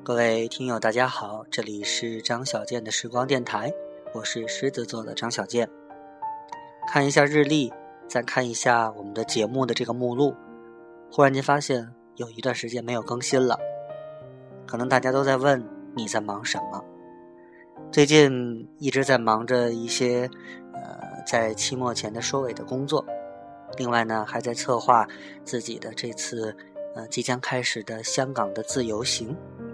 各位听友大家好，这里是张小健的时光电台，我是狮子座的张小健。看一下日历，再看一下我们的节目的这个目录，忽然间发现有一段时间没有更新了。可能大家都在问你在忙什么，最近一直在忙着一些在期末前的收尾的工作，另外呢还在策划自己的这次即将开始的香港的自由行。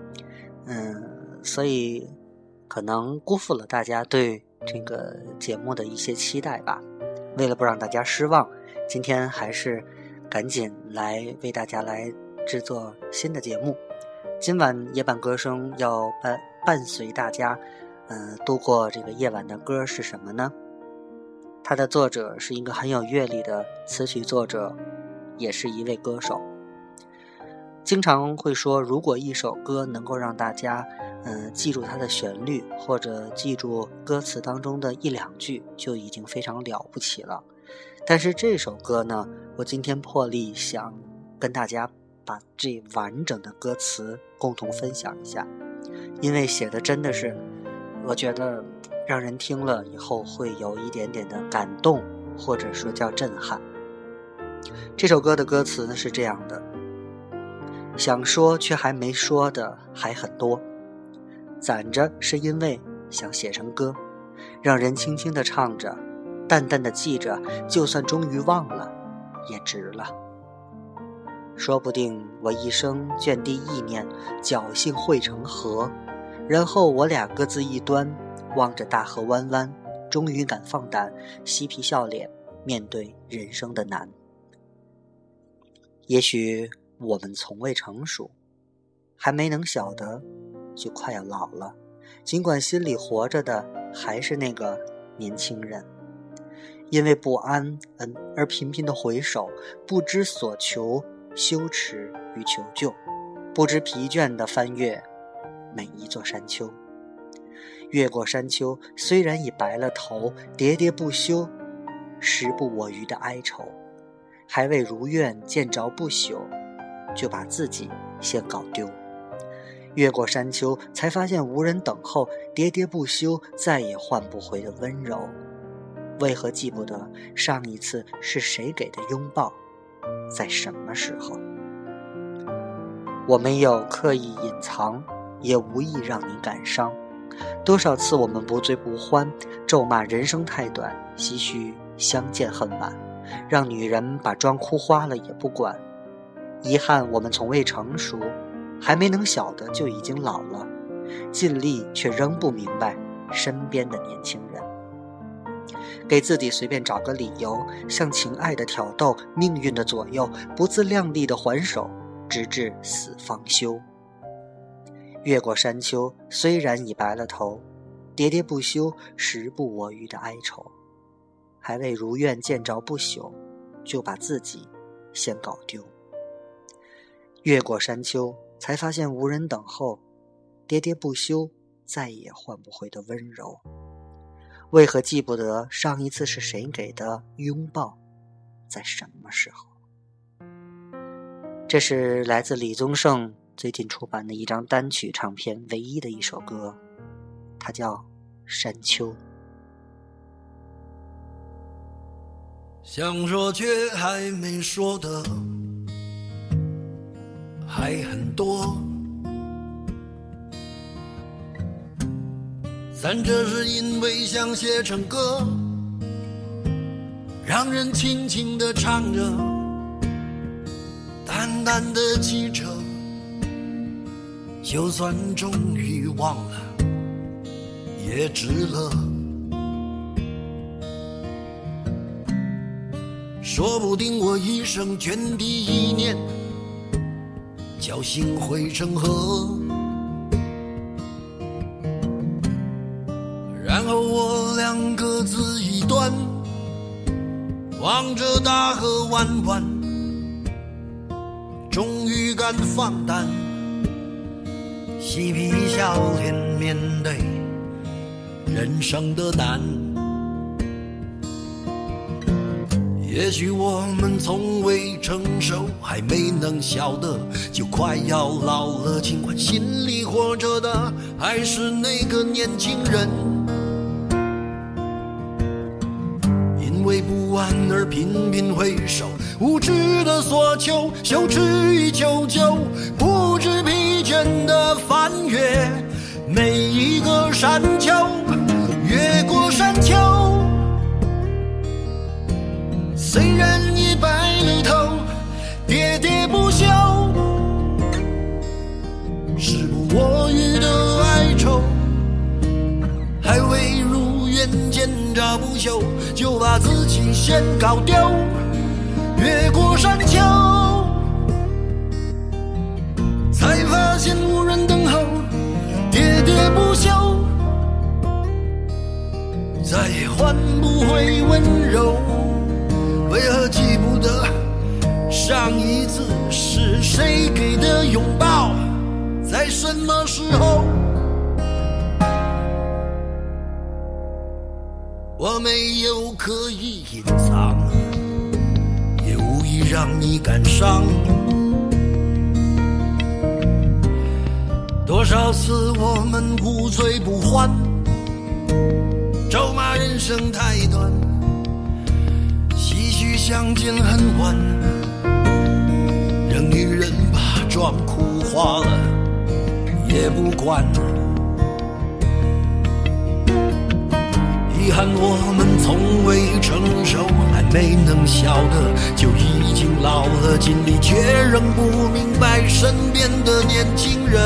所以可能辜负了大家对这个节目的一些期待吧。为了不让大家失望，今天还是赶紧来为大家来制作新的节目。今晚夜半歌声要伴随大家度过这个夜晚的歌是什么呢？它的作者是一个很有阅历的词曲作者，也是一位歌手。经常会说，如果一首歌能够让大家记住它的旋律，或者记住歌词当中的一两句，就已经非常了不起了。但是这首歌呢，我今天破例想跟大家把这完整的歌词共同分享一下，因为写的真的是我觉得让人听了以后会有一点点的感动，或者说叫震撼。这首歌的歌词呢是这样的：想说却还没说的还很多，攒着是因为想写成歌，让人轻轻地唱着，淡淡地记着，就算终于忘了也值了。说不定我一生涓滴意念，侥幸汇成河，然后我俩各自一端，望着大河弯弯，终于敢放胆嬉皮笑脸面对人生的难。也许我们从未成熟，还没能晓得就快要老了，尽管心里活着的还是那个年轻人，因为不安而频频的回首，不知所求，羞耻与求救，不知疲倦地翻越每一座山丘。越过山丘，虽然已白了头，喋喋不休，时不我予的哀愁，还未如愿见着不朽，就把自己先搞丢。越过山丘，才发现无人等候，喋喋不休，再也换不回的温柔。为何记不得上一次是谁给的拥抱，在什么时候？我没有刻意隐藏，也无意让你感伤。多少次我们不醉不欢，咒骂人生太短，唏嘘相见恨晚，让女人把妆哭花了也不管。遗憾我们从未成熟，还没能晓得就已经老了，尽力却仍不明白身边的年轻人。给自己随便找个理由，向情爱的挑逗，命运的左右，不自量力的还手，直至死方休。越过山丘，虽然已白了头，喋喋不休，时不我予的哀愁，还未如愿见着不朽，就把自己先搞丢。越过山丘，才发现无人等候，喋喋不休，再也换不回的温柔。为何记不得上一次是谁给的拥抱，在什么时候？这是来自李宗盛最近出版的一张单曲唱片唯一的一首歌，它叫《山丘》。 想说却还没说的还很多，咱这是因为想写成歌，让人轻轻地唱着，淡淡地记着，就算终于忘了也值了。说不定我一生涓滴意念，侥幸汇成河，然后我俩各自一端，望着大河弯弯，终于敢放胆嬉皮笑脸面对人生的难。 也许我们从未成熟，还没能晓得，就快要老了。尽管心里活着的还是那个年轻人，因为不安而频频回首，无知的所求，羞耻与求救，不知疲倦的翻越每一个山丘，越过山丘。虽然已白了头，喋喋不休，时不我予的哀愁，还未如愿见着不朽，就把自己先搞丢。越过山丘，才发现无人等候，喋喋不休，再也换不回温柔。为何记不得上一次是谁给的拥抱，在什么时候？我没有刻意隐藏，也无意让你感伤。多少次我们无醉不欢，咒骂人生太短，唏嘘相见恨晚，让女人把妆哭花了也不管。遗憾我们从未成熟，还没能晓得，就已经老了，尽力却仍不明白身边的年轻人。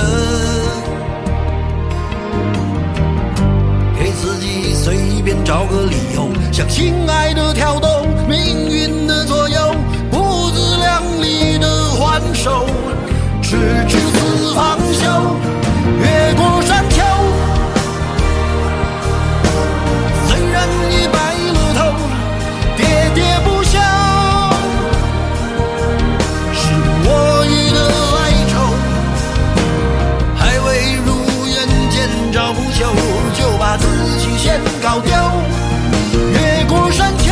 给自己随便找个理由，向心爱的挑逗，命运的左右，不自量力的还手，直至死方休。越过山丘，虽然已白了头，喋喋不休，时不我予的哀愁，还未如愿见着不朽，就把自己先搞丢。越过山丘，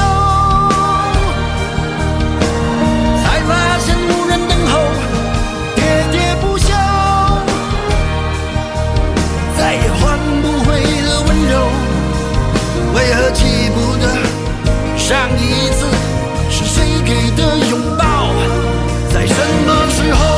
才发现无人等候，喋喋不休，再也换不回的温柔。为何记不得上一次是谁给的拥抱，在什么时候？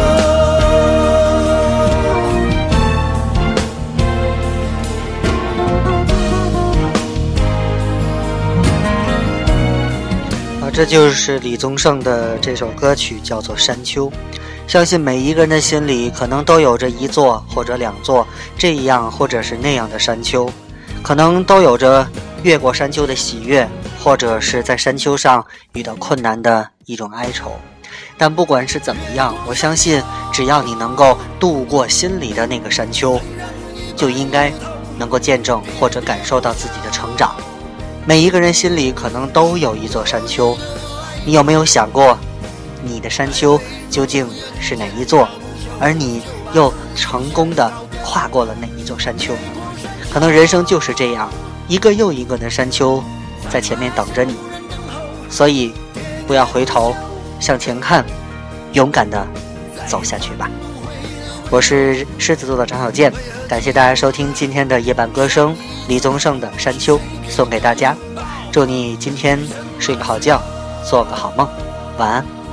这就是李宗盛的这首歌曲，叫做《山丘》。相信每一个人的心里可能都有着一座或者两座这样或者是那样的山丘，可能都有着越过山丘的喜悦，或者是在山丘上遇到困难的一种哀愁。但不管是怎么样，我相信只要你能够度过心里的那个山丘，就应该能够见证或者感受到自己的成长。每一个人心里可能都有一座山丘，你有没有想过你的山丘究竟是哪一座，而你又成功的跨过了哪一座山丘？可能人生就是这样，一个又一个的山丘在前面等着你，所以不要回头，向前看，勇敢的走下去吧。我是狮子座的张小健，感谢大家收听今天的夜半歌声，李宗盛的《山丘》送给大家。祝你今天睡个好觉，做个好梦，晚安。